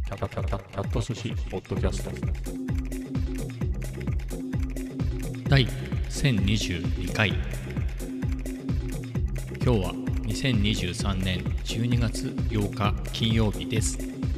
キャット寿司ポッドキャスト第1022回。今日は2023年12月8日金曜日です。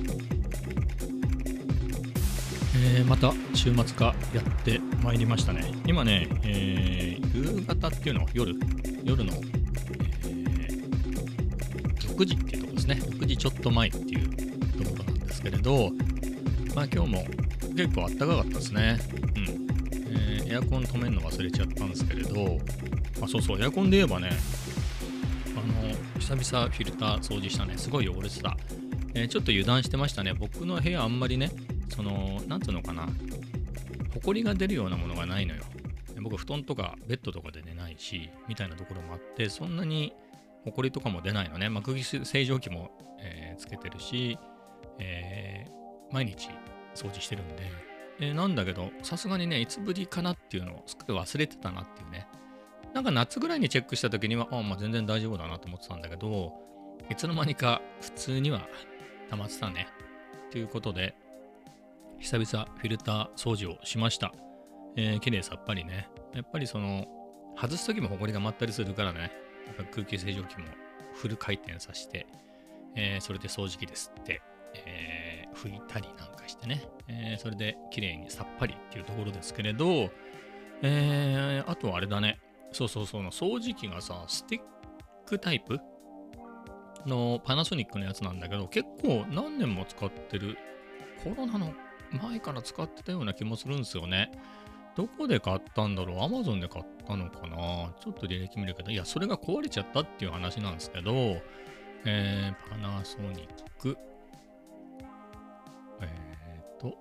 また週末がやってまいりましたね。今ね、夕方っていうの夜の、6時っていうところですね。6時ちょっと前っていうところなんですけれど、まあ今日も結構あったかかったですね。エアコン止めるの忘れちゃったんですけれど、そうそう、エアコンで言えばね、久々フィルター掃除したね。すごい汚れてた。ちょっと油断してましたね。僕の部屋あんまりね、なんつうのかな、ほこりが出るようなものがないのよ。僕、布団とかベッドとかで寝ないし、みたいなところもあって、そんなにほこりとかも出ないのね。空気清浄機も、つけてるし、毎日掃除してるんで、なんだけど、さすがにね、いつぶりかなっていうのをすっかり忘れてたなっていうね。なんか夏ぐらいにチェックした時には、全然大丈夫だなと思ってたんだけど、いつの間にか普通には溜まってたね。ということで、久々フィルター掃除をしました。綺麗さっぱりね。やっぱり外す時もホコリが舞ったりするからね、やっぱ空気清浄機もフル回転させて、それで掃除機ですって、拭いたりなんかしてね、それで綺麗にさっぱりっていうところですけれど、あとはあれだね。そう、掃除機がさ、スティックタイプのパナソニックのやつなんだけど、結構何年も使ってる。コロナの前から使ってたような気もするんですよね。どこで買ったんだろう？ Amazon で買ったのかな？ちょっと履歴見るけど、いや、それが壊れちゃったっていう話なんですけど、パナソニック、こ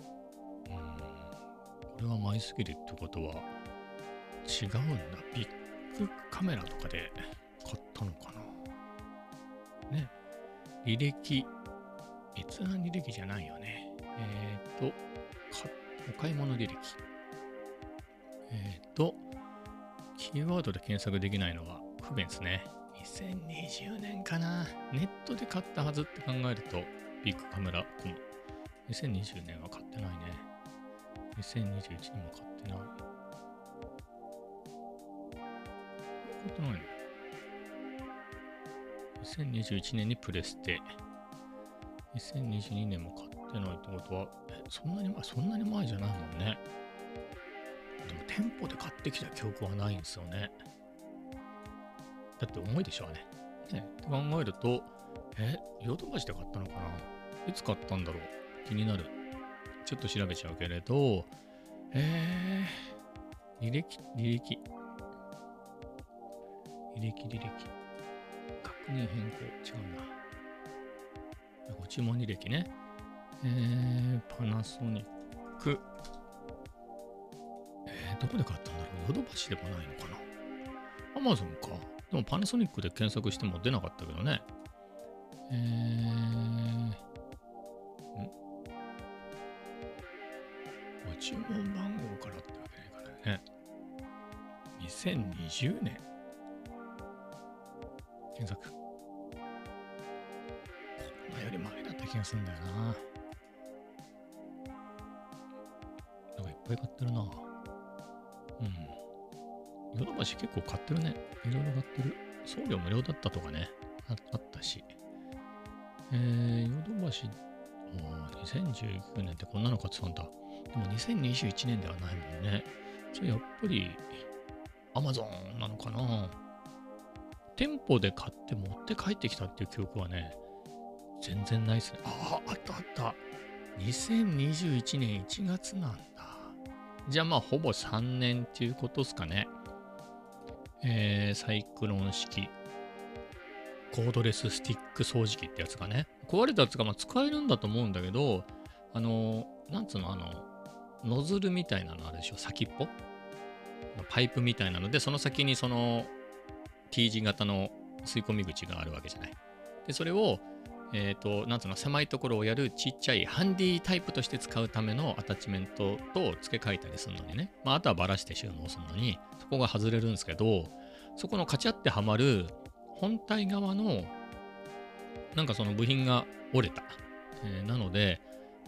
れはマイスキルってことは違うんだ。ビッグカメラとかで買ったのかなね。履歴、閲覧履歴じゃないよね。お買い物履歴。キーワードで検索できないのは不便ですね。2020年かな。ネットで買ったはずって考えると、ビッグカメラコム。2020年は買ってないね。2021年も買ってない。買ってないね。2021年にプレステ。2022年も買ってないってことは、そんなに前じゃないもんね。でも店舗で買ってきた記憶はないんですよね。だって重いでしょうね。って考えると、ヨドバシで買ったのかな？いつ買ったんだろう？気になる。ちょっと調べちゃうけれど、履歴。確認変更。違うな。ご注文履歴ね。パナソニック。どこで買ったんだろう？ヨドバシでもないのかな？アマゾンか。でもパナソニックで検索しても出なかったけどね。ご注文番号からってわけないからね。2020年。検索。コロナより前だった気がするんだよな。なんかいっぱい買ってるな。ヨドバシ結構買ってるね。いろいろ買ってる。送料無料だったとかね。あったし。ヨドバシ、2019年ってこんなの買ってたんだ。でも2021年ではないもんね。それやっぱり Amazon なのかな。店舗で買って持って帰ってきたっていう記憶はね、全然ないですね。あった。2021年1月なんだ。じゃあほぼ3年っていうことですかね。サイクロン式コードレススティック掃除機ってやつがね、壊れたやつが使えるんだと思うんだけど、なんつうの、ノズルみたいなのあるでしょ、先っぽパイプみたいなので、その先にT 字型の吸い込み口があるわけじゃない。で、それを、なんつうの、狭いところをやるちっちゃいハンディタイプとして使うためのアタッチメントと付け替えたりするのにね、あとはバラして収納するのに、そこが外れるんですけど、そこのカチャってはまる本体側のなんかその部品が折れた。なので、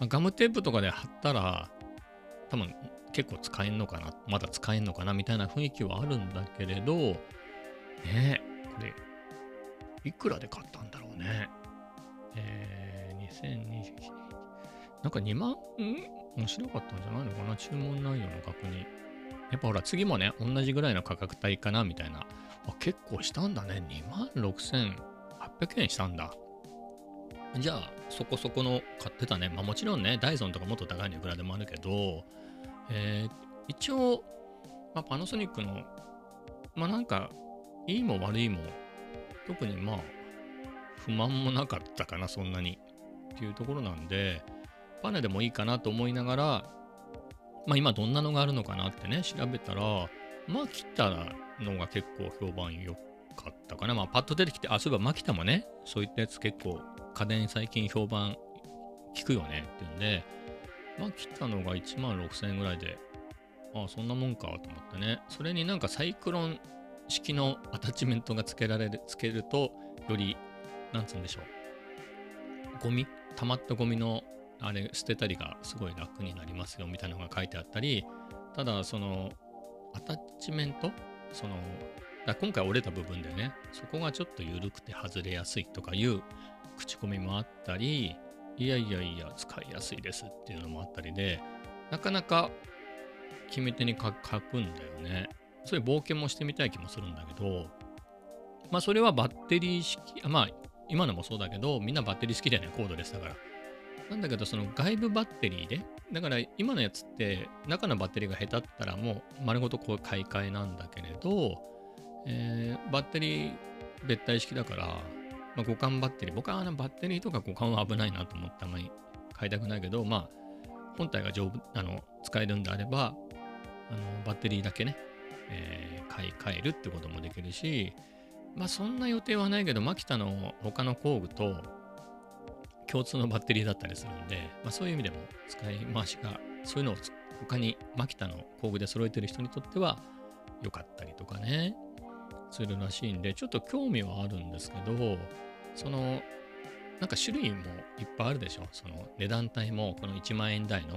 ガムテープとかで貼ったら、多分結構使えんのかな、まだ使えんのかなみたいな雰囲気はあるんだけれど、ねえ、これ、いくらで買ったんだろうね。2021年。なんか2万もしなかったんじゃないのかな、注文内容の確認。やっぱほら、次もね、同じぐらいの価格帯かなみたいな。結構したんだね。26,800円したんだ。じゃあ、そこそこの買ってたね。まあもちろんね、ダイソンとかもっと高いのいくらでもあるけど、一応、まあ、パナソニックの、まあなんか、いいも悪いも、特にまあ、不満もなかったかな、そんなに。っていうところなんで、パネでもいいかなと思いながら、まあ今どんなのがあるのかなってね、調べたら、マキタのが結構評判良かったかな。まあパッと出てきて、そういえばマキタもね、そういったやつ結構家電最近評判聞くよねっていうんで、マキタのが16,000円ぐらいで、そんなもんかと思ってね。それになんかサイクロン式のアタッチメントが付けると、より、なんつうんでしょう。溜まったゴミのあれ捨てたりがすごい楽になりますよみたいなのが書いてあったり、ただそのアタッチメント、今回折れた部分でね、そこがちょっと緩くて外れやすいとかいう口コミもあったり、いや使いやすいですっていうのもあったりで、なかなか決め手に書くんだよね。そういう冒険もしてみたい気もするんだけど、まあそれはバッテリー式、まあ今のもそうだけど、みんなバッテリー好きだよね、コードレスだから。なんだけど、その外部バッテリーで、だから今のやつって中のバッテリーが下手ったらもう丸ごとこう買い替えなんだけれど、バッテリー別体式だから、まあ、互換バッテリー、僕はバッテリーとか互換は危ないなと思ってあんまり買いたくないけど、まあ本体が使えるんであれば、バッテリーだけね、買い替えるってこともできるし、まあそんな予定はないけど、マキタの他の工具と共通のバッテリーだったりするんで、まあそういう意味でも使い回しが、そういうのを他にマキタの工具で揃えてる人にとっては良かったりとかね、するらしいんで、ちょっと興味はあるんですけど、なんか種類もいっぱいあるでしょ。その値段帯もこの1万円台の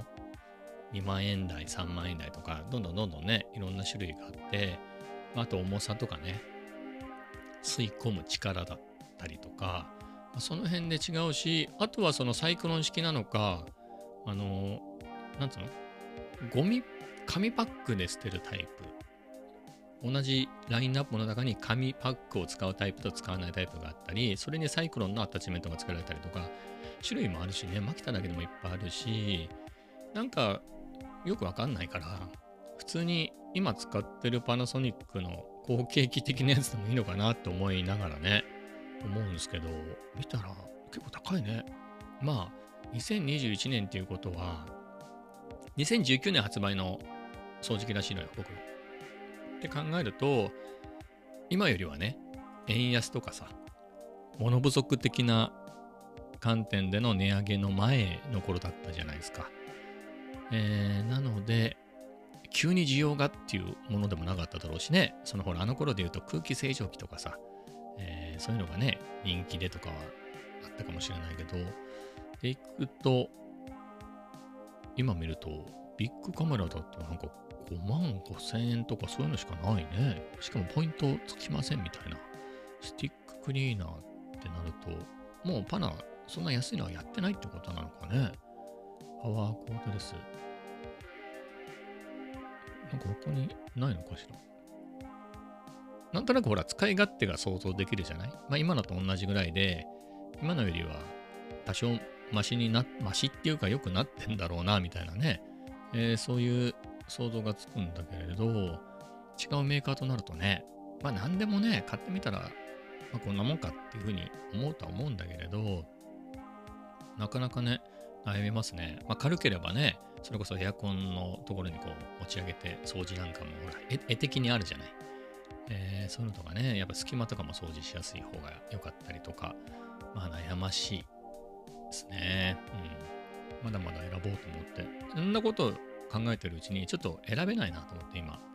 2万円台、3万円台とか、どんどんね、いろんな種類があって、あと重さとかね、吸い込む力だったりとか、その辺で違うし、あとはそのサイクロン式なのか、なんつうの、紙パックで捨てるタイプ。同じラインナップの中に紙パックを使うタイプと使わないタイプがあったり、それにサイクロンのアタッチメントが作られたりとか、種類もあるしね、マキタだけでもいっぱいあるし、なんかよくわかんないから、普通に今使ってるパナソニックの後継機的なやつでもいいのかなって思いながらね、思うんですけど、見たら結構高いね。まあ、2021年っていうことは、2019年発売の掃除機らしいのよ、僕の。って考えると、今よりはね、円安とかさ、物不足的な観点での値上げの前の頃だったじゃないですか。なので、急に需要がっていうものでもなかっただろうしね、ほら、あの頃で言うと空気清浄機とかさ、そういうのがね、人気でとかはあったかもしれないけど、でいくと、今見ると、ビッグカメラだとなんか55,000円とかそういうのしかないね。しかもポイントつきませんみたいな。スティッククリーナーってなると、もうパナ、そんな安いのはやってないってことなのかね。パワーコードレス。なんか他にないのかしら。なんとなくほら、使い勝手が想像できるじゃない？まあ今のと同じぐらいで、今のよりは多少マシっていうか良くなってんだろうな、みたいなね。そういう想像がつくんだけれど、違うメーカーとなるとね、まあ何でもね、買ってみたら、まあ、こんなもんかっていうふうに思うとは思うんだけれど、なかなかね、悩みますね。まあ軽ければね、それこそエアコンのところにこう持ち上げて掃除なんかもほら、絵的にあるじゃない。そういうのとかね、やっぱ隙間とかも掃除しやすい方が良かったりとか、まあ悩ましいですね。まだまだ選ぼうと思って、そんなことを考えてるうちにちょっと選べないなと思って今、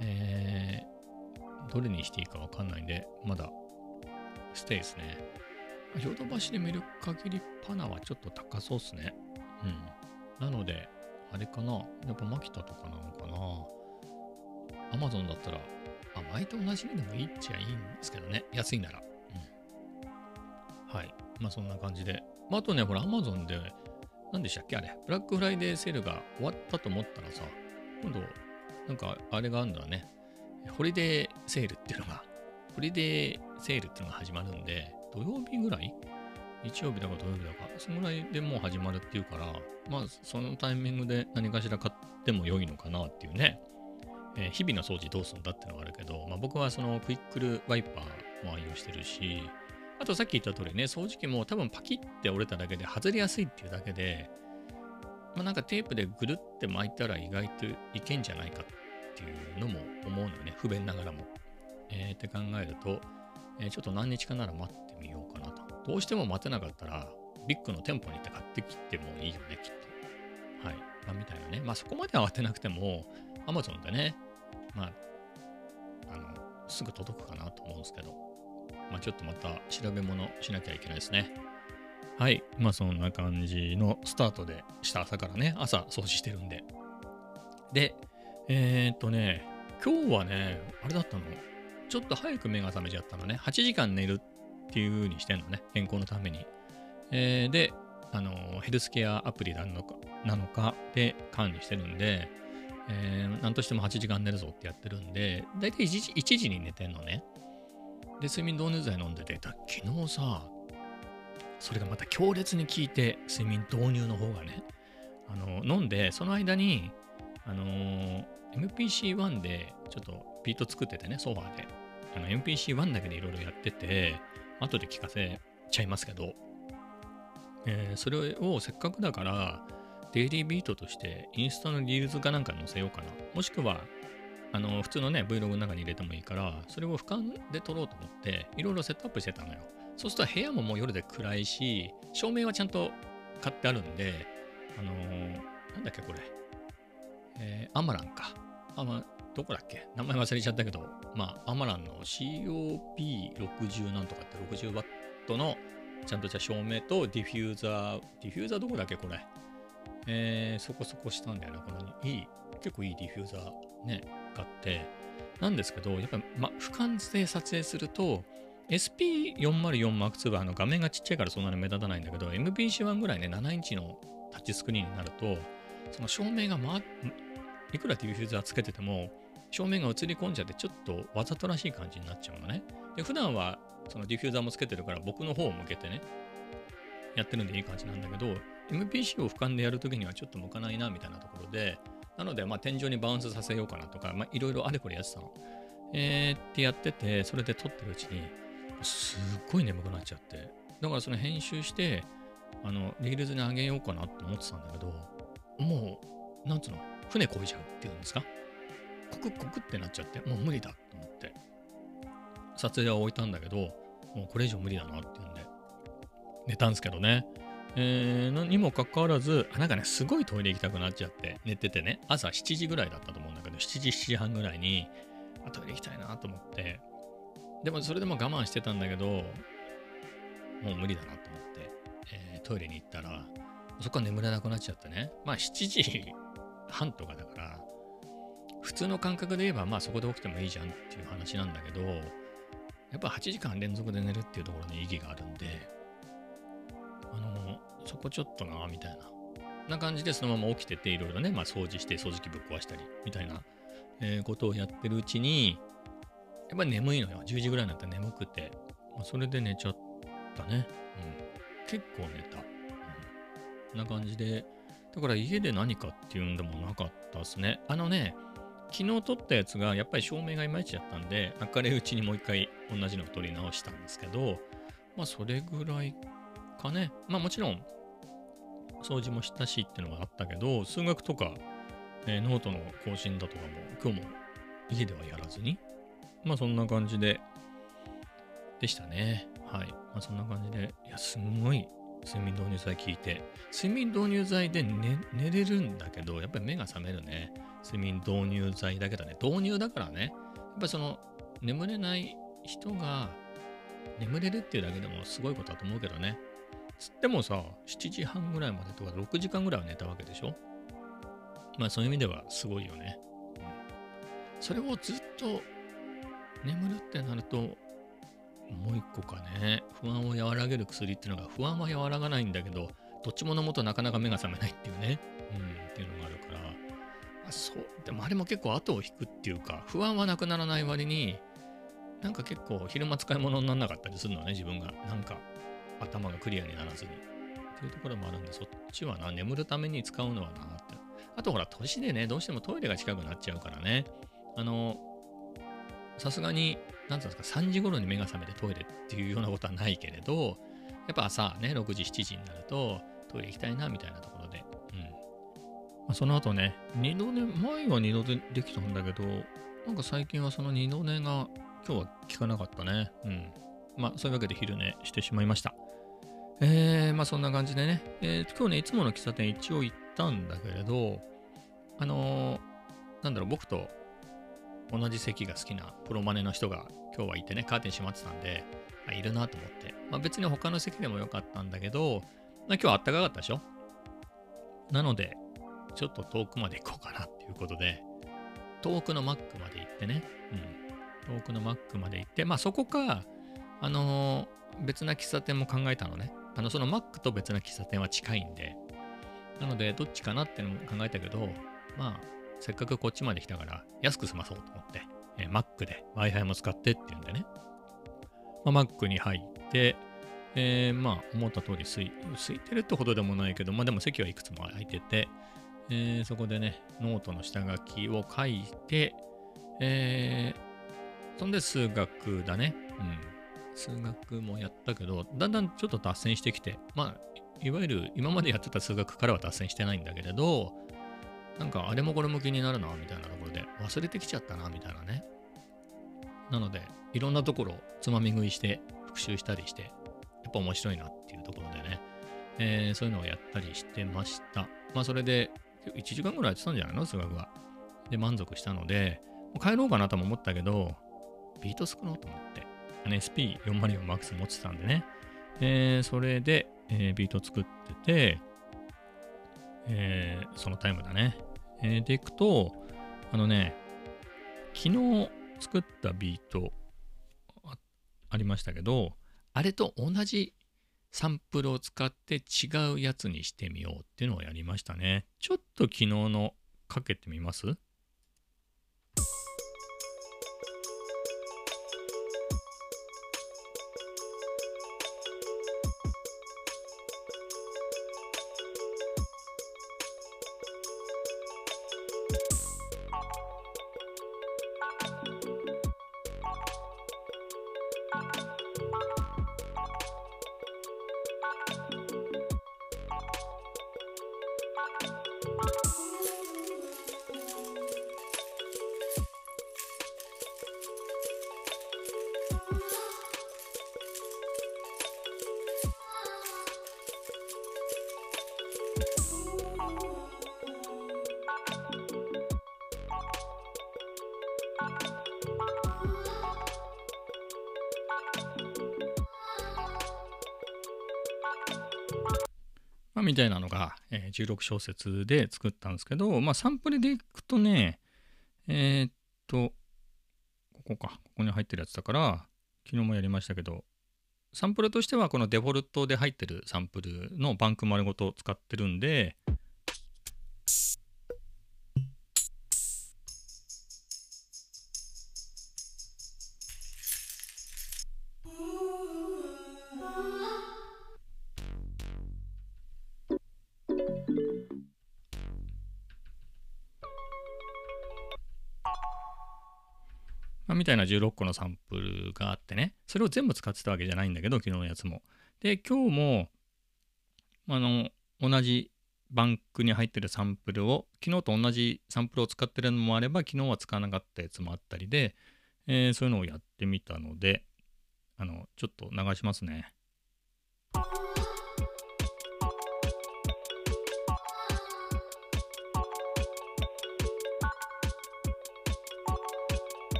どれにしていいかわかんないんで、まだステイですね。ヨドバシで見る限りパナはちょっと高そうですね。 なので、あれかな、やっぱマキタとかなのかな。アマゾンだったら、前と同じにでもいいっちゃいいんですけどね。安いなら。はい。まあそんな感じで。あとね、ほら、アマゾンで、何でしたっけあれ。ブラックフライデーセールが終わったと思ったらさ、今度、なんかあれがあるんだね。ホリデーセールっていうのが、ホリデーセールっていうのが始まるんで、土曜日ぐらい日曜日だか土曜日だか、そのぐらいでもう始まるっていうから、まあそのタイミングで何かしら買っても良いのかなっていうね。日々の掃除どうするんだっていうのがあるけど、僕はそのクイックルワイパーも愛用してるし、あとさっき言った通りね、掃除機も多分パキって折れただけで外れやすいっていうだけで、なんかテープでぐるって巻いたら意外といけんじゃないかっていうのも思うのよね、不便ながらも。って考えると、ちょっと何日かなら待ってみようかなと。どうしても待てなかったら、ビッグの店舗に行って買ってきてもいいよね、きっと。はい。みたいなね。そこまで慌てなくても、Amazon でね、すぐ届くかなと思うんですけど、ちょっとまた調べ物しなきゃいけないですね。はい。そんな感じのスタートでした朝からね、朝掃除してるんで。で、今日はね、あれだったの。ちょっと早く目が覚めちゃったのね。8時間寝るっていう風にしてんのね。健康のために。で、ヘルスケアアプリなのかで管理してるんで、なんとしても8時間寝るぞってやってるんで、だいたい1時に寝てんのね。で、睡眠導入剤飲んでて、昨日さ、それがまた強烈に効いて、睡眠導入の方がね、飲んで、その間に、MPC-1 でちょっとビート作っててね、ソファーで。MPC-1 だけでいろいろやってて、後で聞かせちゃいますけど、それをせっかくだから、デイリービートとしてインスタのリールズかなんかに載せようかな。もしくは、普通のね、Vlog の中に入れてもいいから、それを俯瞰で撮ろうと思って、いろいろセットアップしてたのよ。そうすると部屋ももう夜で暗いし、照明はちゃんと買ってあるんで、なんだっけこれ。アマランか。どこだっけ名前忘れちゃったけど、アマランの COP60 なんとかって60ワットのちゃんとした照明とディフューザーどこだっけこれ。そこそこしたんだよな。この結構いいディフューザーね、があって。なんですけど、やっぱり、俯瞰で撮影すると、SP404M2 は画面がちっちゃいからそんなに目立たないんだけど、MPC-1 ぐらいね、7インチのタッチスクリーンになると、その照明がいくらディフューザーつけてても、照明が映り込んじゃって、ちょっとわざとらしい感じになっちゃうのね。で、普段はそのディフューザーもつけてるから、僕の方を向けてね、やってるんでいい感じなんだけど、MPC を俯瞰でやるときにはちょっと向かないなみたいなところで、なので、天井にバウンスさせようかなとか、いろいろあれこれやってたの。ってやってて、それで撮ってるうちに、すっごい眠くなっちゃって。だからその編集して、リールズにあげようかなって思ってたんだけど、もう、なんつうの、船こいじゃうっていうんですか。コクってなっちゃって、もう無理だと思って、撮影は置いたんだけど、もうこれ以上無理だなっていうんで、寝たんですけどね。にもかかわらず、なんかね、すごいトイレ行きたくなっちゃって、寝ててね、朝7時ぐらいだったと思うんだけど、7時半ぐらいに、トイレ行きたいなと思って、でもそれでも我慢してたんだけど、もう無理だなと思って、トイレに行ったら、そこは眠れなくなっちゃってね。7時半とかだから、普通の感覚で言えば、そこで起きてもいいじゃんっていう話なんだけど、やっぱ8時間連続で寝るっていうところに意義があるんで、そこちょっとな、みたいな感じでそのまま起きてて、いろいろね、掃除して掃除機ぶっ壊したり、みたいな、ことをやってるうちに、やっぱり眠いのよ。10時ぐらいになったら眠くて、それで寝ちゃったね。結構寝た。こんな感じで、だから家で何かっていうんでもなかったですね。昨日撮ったやつがやっぱり照明がいまいちだったんで、明るいうちにもう一回同じのを撮り直したんですけど、それぐらいかね。もちろん、掃除もしたしっていうのがあったけど、数学とか、ノートの更新だとかも今日も家ではやらずに、そんな感じでしたね。はい。そんな感じで、いや、すんごい睡眠導入剤効いて、睡眠導入剤で、寝れるんだけど、やっぱり目が覚めるね。睡眠導入剤だけどね、導入だからね、やっぱりその、眠れない人が眠れるっていうだけでもすごいことだと思うけどね。 つってもさ、7時半ぐらいまでとか6時間ぐらいは寝たわけでしょ。まあそういう意味ではすごいよね。それをずっと眠るってなると、もう一個かね、不安を和らげる薬っていうのが、不安は和らがないんだけど、どっちも飲むとなかなか目が覚めないっていうね、っていうのがあるから、そう、でもあれも結構後を引くっていうか、不安はなくならない割に、なんか結構昼間使い物にならなかったりするのね、自分が。なんか頭がクリアにならずに。っていうところもあるんで、そっちはな、眠るために使うのはなって。あとほら、年でね、どうしてもトイレが近くなっちゃうからね。さすがに、なんていうんですか、3時頃に目が覚めてトイレっていうようなことはないけれど、やっぱ朝ね、6時、7時になると、トイレ行きたいな、みたいなところで。その後ね、二度寝、前は二度寝できたんだけど、なんか最近はその二度寝が今日は効かなかったね。まあ、そういうわけで昼寝してしまいました。まあそんな感じでね、今日ね、いつもの喫茶店一応行ったんだけれど、なんだろう、僕と同じ席が好きなプロマネの人が今日はいてね、カーテン閉まってたんで、いるなと思って。まあ別に他の席でもよかったんだけど、まあ今日はあったかかったでしょ。なので、ちょっと遠くまで行こうかなっていうことで、遠くのマックまで行ってね、遠くのマックまで行って、まあそこか、別な喫茶店も考えたのね。そのマックと別な喫茶店は近いんで、なのでどっちかなっていうのも考えたけど、まあ、せっかくこっちまで来たから安く済まそうと思って、マックで Wi-Fi も使ってっていうんでね、マックに入って、まあ思った通り空いてるってほどでもないけど、まあでも席はいくつも空いてて、そこでね、ノートの下書きを書いて、そんで数学だね。数学もやったけど、だんだんちょっと脱線してきて、まあ、いわゆる今までやってた数学からは脱線してないんだけれど、なんかあれもこれも気になるな、みたいなところで忘れてきちゃったな、みたいなね。なので、いろんなところをつまみ食いして復習したりして、やっぱ面白いなっていうところでね、そういうのをやったりしてました。まあそれで1時間ぐらいやってたんじゃないの数学は。で、満足したので、もう帰ろうかなとも思ったけど、ビート作ろうと思って、SP404MAX 持ってたんでね、それで、ビート作ってて、そのタイムだね。でいくと、昨日作ったビート ありましたけど、あれと同じサンプルを使って違うやつにしてみようっていうのをやりましたね。ちょっと昨日のかけてみます？みたいなのが、16小節で作ったんですけど、まあサンプルでいくとね、ここに入ってるやつだから、昨日もやりましたけど、サンプルとしてはこのデフォルトで入ってるサンプルのバンク丸ごと使ってるんで、みたいな16個のサンプルがあってね、それを全部使ってたわけじゃないんだけど、昨日のやつも。で、今日も、同じバンクに入ってるサンプルを、昨日と同じサンプルを使ってるのもあれば、昨日は使わなかったやつもあったりで、そういうのをやってみたので、ちょっと流しますね。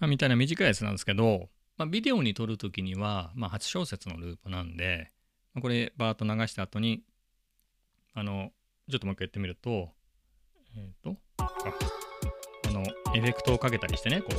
みたいな短いやつなんですけど、ビデオに撮るときには、8小節のループなんで、これバーッと流した後に、ちょっともう一回やってみると、エフェクトをかけたりしてね、こう。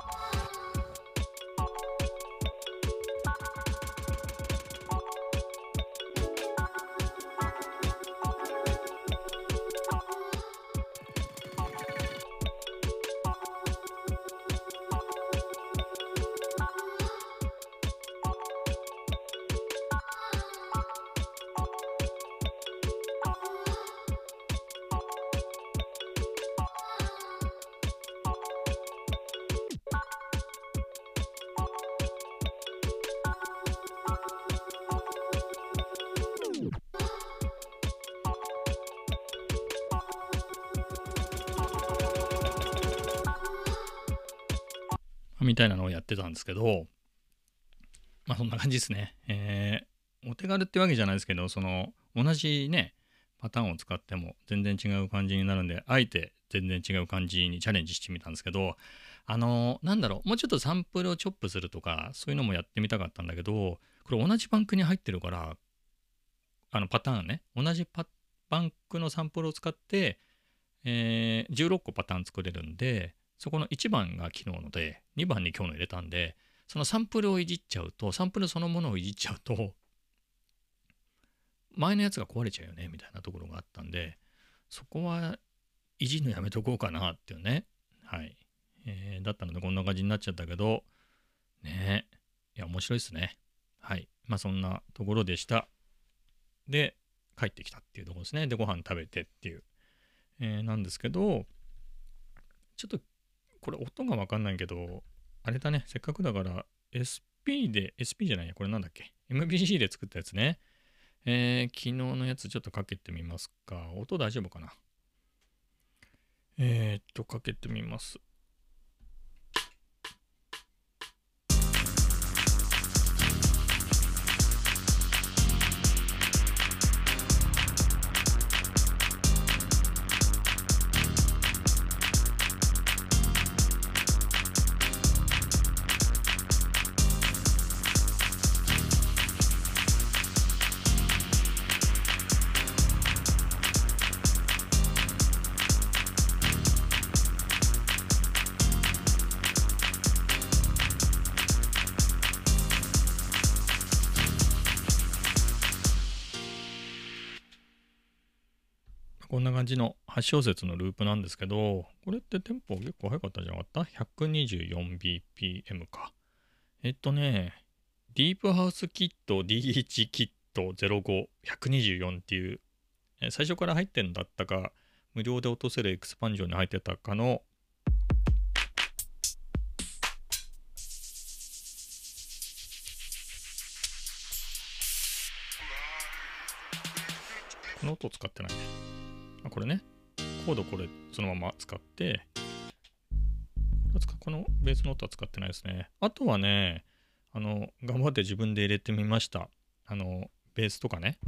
みたいなのをやってたんですけど、そんな感じですね。お手軽ってわけじゃないですけど、同じね、パターンを使っても全然違う感じになるんで、あえて全然違う感じにチャレンジしてみたんですけど、もうちょっとサンプルをチョップするとか、そういうのもやってみたかったんだけど、これ同じバンクに入ってるから、パターンね、同じバンクのサンプルを使って、16個パターン作れるんで、そこの1番が昨日ので、2番に今日の入れたんで、そのサンプルをいじっちゃうと、サンプルそのものをいじっちゃうと、前のやつが壊れちゃうよね、みたいなところがあったんで、そこはいじるのやめとこうかなっていうね。はい。だったのでこんな感じになっちゃったけど、ねえ。いや、面白いですね。はい。そんなところでした。で、帰ってきたっていうところですね。で、ご飯食べてっていう。なんですけど、ちょっと、これ音がわかんないけど、あれだね、せっかくだから SP じゃないや、これなんだっけ ?MPC で作ったやつね。昨日のやつちょっとかけてみますか。音大丈夫かな？かけてみます。こんな感じの8小節のループなんですけど、これってテンポ結構速かったんじゃなかった？ 124bpm か。ディープハウスキット DH キット05124っていう、最初から入ってるんだったか、無料で落とせるエクスパンジョンに入ってたかの、この音を使ってないね。これね、コードこれそのまま使って、このベースの音は使ってないですね。あとはね、頑張って自分で入れてみました。ベースとかね。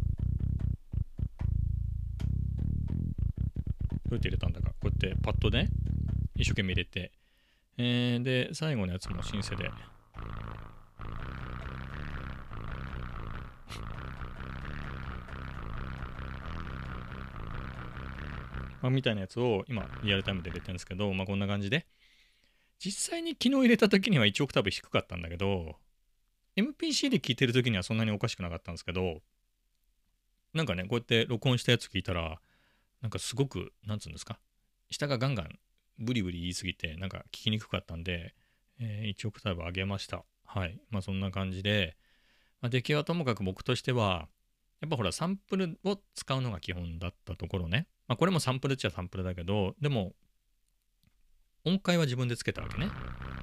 どうやって入れたんだか。こうやってパッドでね、一生懸命入れて、で、最後のやつもシンセで。みたいなやつを今リアルタイムで入れてるんですけど、こんな感じで。実際に昨日入れた時には1オクターブ低かったんだけど、MPC で聴いてる時にはそんなにおかしくなかったんですけど、なんかね、こうやって録音したやつ聞いたら、なんかすごく、なんつうんですか、下がガンガンブリブリ言いすぎて、なんか聞きにくかったんで、1オクターブ上げました。はい。そんな感じで、出来はともかく僕としては、やっぱほら、サンプルを使うのが基本だったところね。これもサンプルっちゃサンプルだけど、でも、音階は自分でつけたわけね。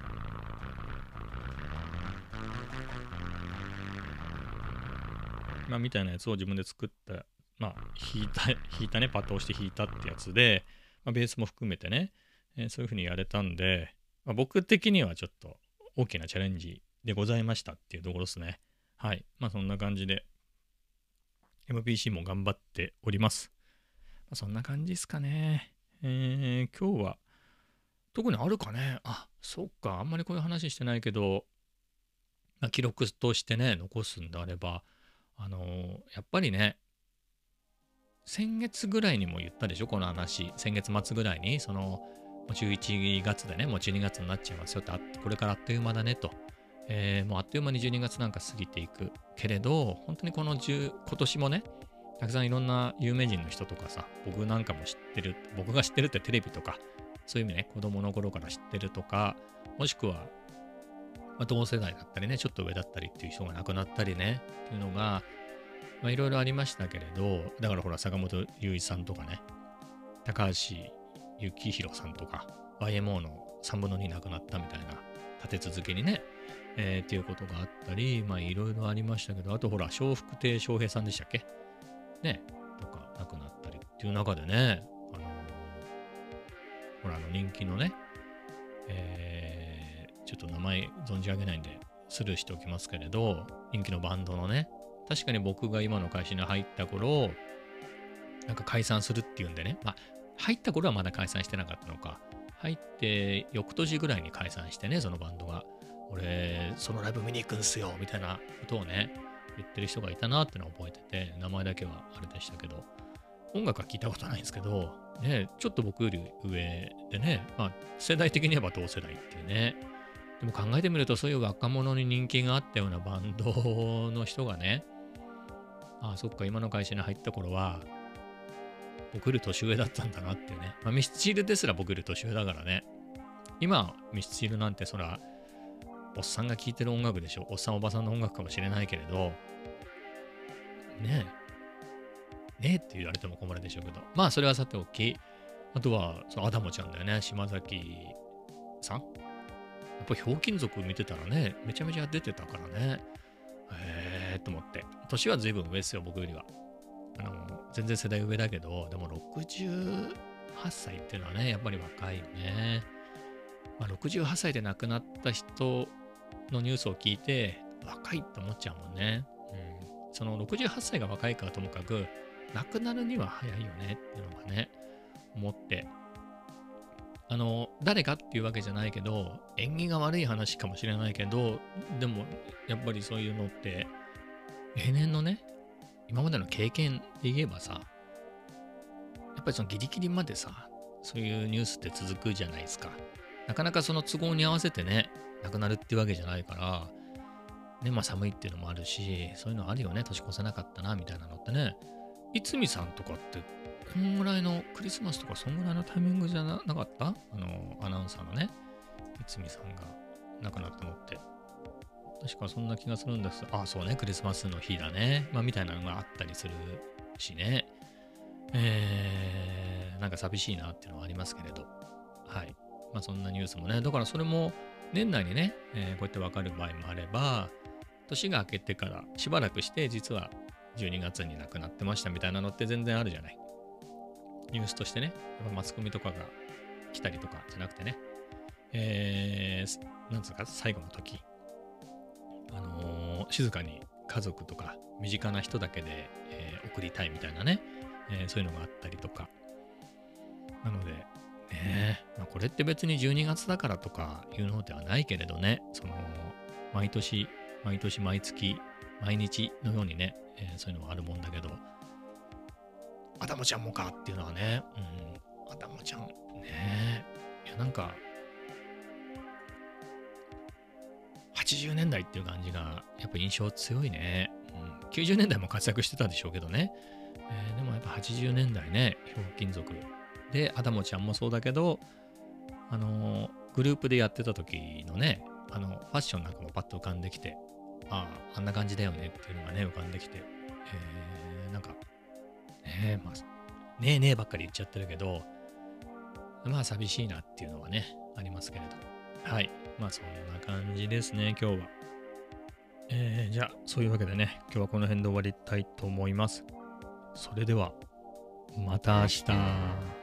みたいなやつを自分で作った、弾いたね、パッドをして弾いたってやつで、ベースも含めてね、そういう風にやれたんで、僕的にはちょっと大きなチャレンジでございましたっていうところですね。はい。そんな感じで、MPC も頑張っております。そんな感じですかね。今日は、特にあるかね。 そっか、あんまりこういう話してないけど、まあ、記録としてね、残すんであれば、やっぱりね、先月ぐらいにも言ったでしょ、この話。先月末ぐらいに、もう11月でね、もう12月になっちゃいますよって、これからあっという間だねと。もうあっという間に12月なんか過ぎていくけれど、本当に今年もね、たくさんいろんな有名人の人とかさ、僕なんかも知ってる、僕が知ってるってテレビとか、そういう意味ね、子供の頃から知ってるとか、もしくは、まあ、同世代だったりね、ちょっと上だったりっていう人が亡くなったりね、っていうのが、まあ、いろいろありましたけれど、だからほら、坂本龍一さんとかね、高橋幸宏さんとか、YMO の3分の2亡くなったみたいな、立て続けにね、っていうことがあったり、まあいろいろありましたけど、あとほら、笑福亭笑瓶さんでしたっけね、とか亡くなったりっていう中でね、ほら、人気のね、ちょっと名前存じ上げないんで、スルーしておきますけれど、人気のバンドのね、確かに僕が今の会社に入った頃、なんか解散するっていうんでね、まあ、入った頃はまだ解散してなかったのか、入って翌年ぐらいに解散してね、そのバンドが、俺、そのライブ見に行くんすよ、みたいなことをね、言ってる人がいたなってのを覚えてて、名前だけはあれでしたけど、音楽は聞いたことないんですけど、ね、ちょっと僕より上でね、まあ、世代的に言えば同世代っていうね、でも考えてみると、そういう若者に人気があったようなバンドの人がね、ああ、そっか、今の会社に入った頃は、僕より年上だったんだなっていうね。まあ、ミスチルですら僕より年上だからね。今、ミスチルなんてそら、おっさんが聴いてる音楽でしょ。おっさんおばさんの音楽かもしれないけれど、ねえって言われても困るでしょうけど。まあ、それはさておき、あとは、そのアダモちゃんだよね。島崎さん。やっぱひょうきん族見てたらね、めちゃめちゃ出てたからね。と思って。年は随分上ですよ、僕よりは。全然世代上だけど、でも68歳っていうのはね、やっぱり若いよね。まあ、68歳で亡くなった人のニュースを聞いて、若いって思っちゃうもんね。その68歳が若いかはともかく、亡くなるには早いよねっていうのがね、思って。誰かっていうわけじゃないけど、縁起が悪い話かもしれないけど、でも、やっぱりそういうのって、例年のね、今までの経験で言えばさ、やっぱりそのギリギリまでさ、そういうニュースって続くじゃないですか。なかなかその都合に合わせてね、亡くなるっていうわけじゃないから、ね、まあ寒いっていうのもあるし、そういうのあるよね、年越せなかったな、みたいなのってね。いつみさんとかって、こんぐらいのクリスマスとかそんぐらいのタイミングじゃなかった？アナウンサーのね、いつみさんが亡くなったのって。確かそんな気がするんです。あ、そうね、クリスマスの日だね。まあ、みたいなのがあったりするしね。なんか寂しいなっていうのはありますけれど。はい。まあ、そんなニュースもね。だからそれも年内にね、こうやってわかる場合もあれば、年が明けてからしばらくして、実は12月に亡くなってましたみたいなのって全然あるじゃない。ニュースとしてね、やっぱマスコミとかが来たりとかじゃなくてね、なんつうか、最後の時、静かに家族とか身近な人だけで、送りたいみたいなね、そういうのがあったりとか。なので、まあ、これって別に12月だからとかいうのではないけれどね、毎年、毎月、毎日のようにね、そういうのはあるもんだけど、アダモちゃんもかっていうのはね、アダモちゃん、ね、いやなんか、80年代っていう感じがやっぱ印象強いね。90年代も活躍してたでしょうけどね。でもやっぱ80年代ね、ひょうきん族で、アダモちゃんもそうだけど、グループでやってた時のね、ファッションなんかもパッと浮かんできて、あんな感じだよねっていうのがね、浮かんできて、なんか、まあ、ねえばっかり言っちゃってるけど、まあ寂しいなっていうのはね、ありますけれど。はい。まあそんな感じですね、今日は。じゃあ、そういうわけでね、今日はこの辺で終わりたいと思います。それでは、また明日。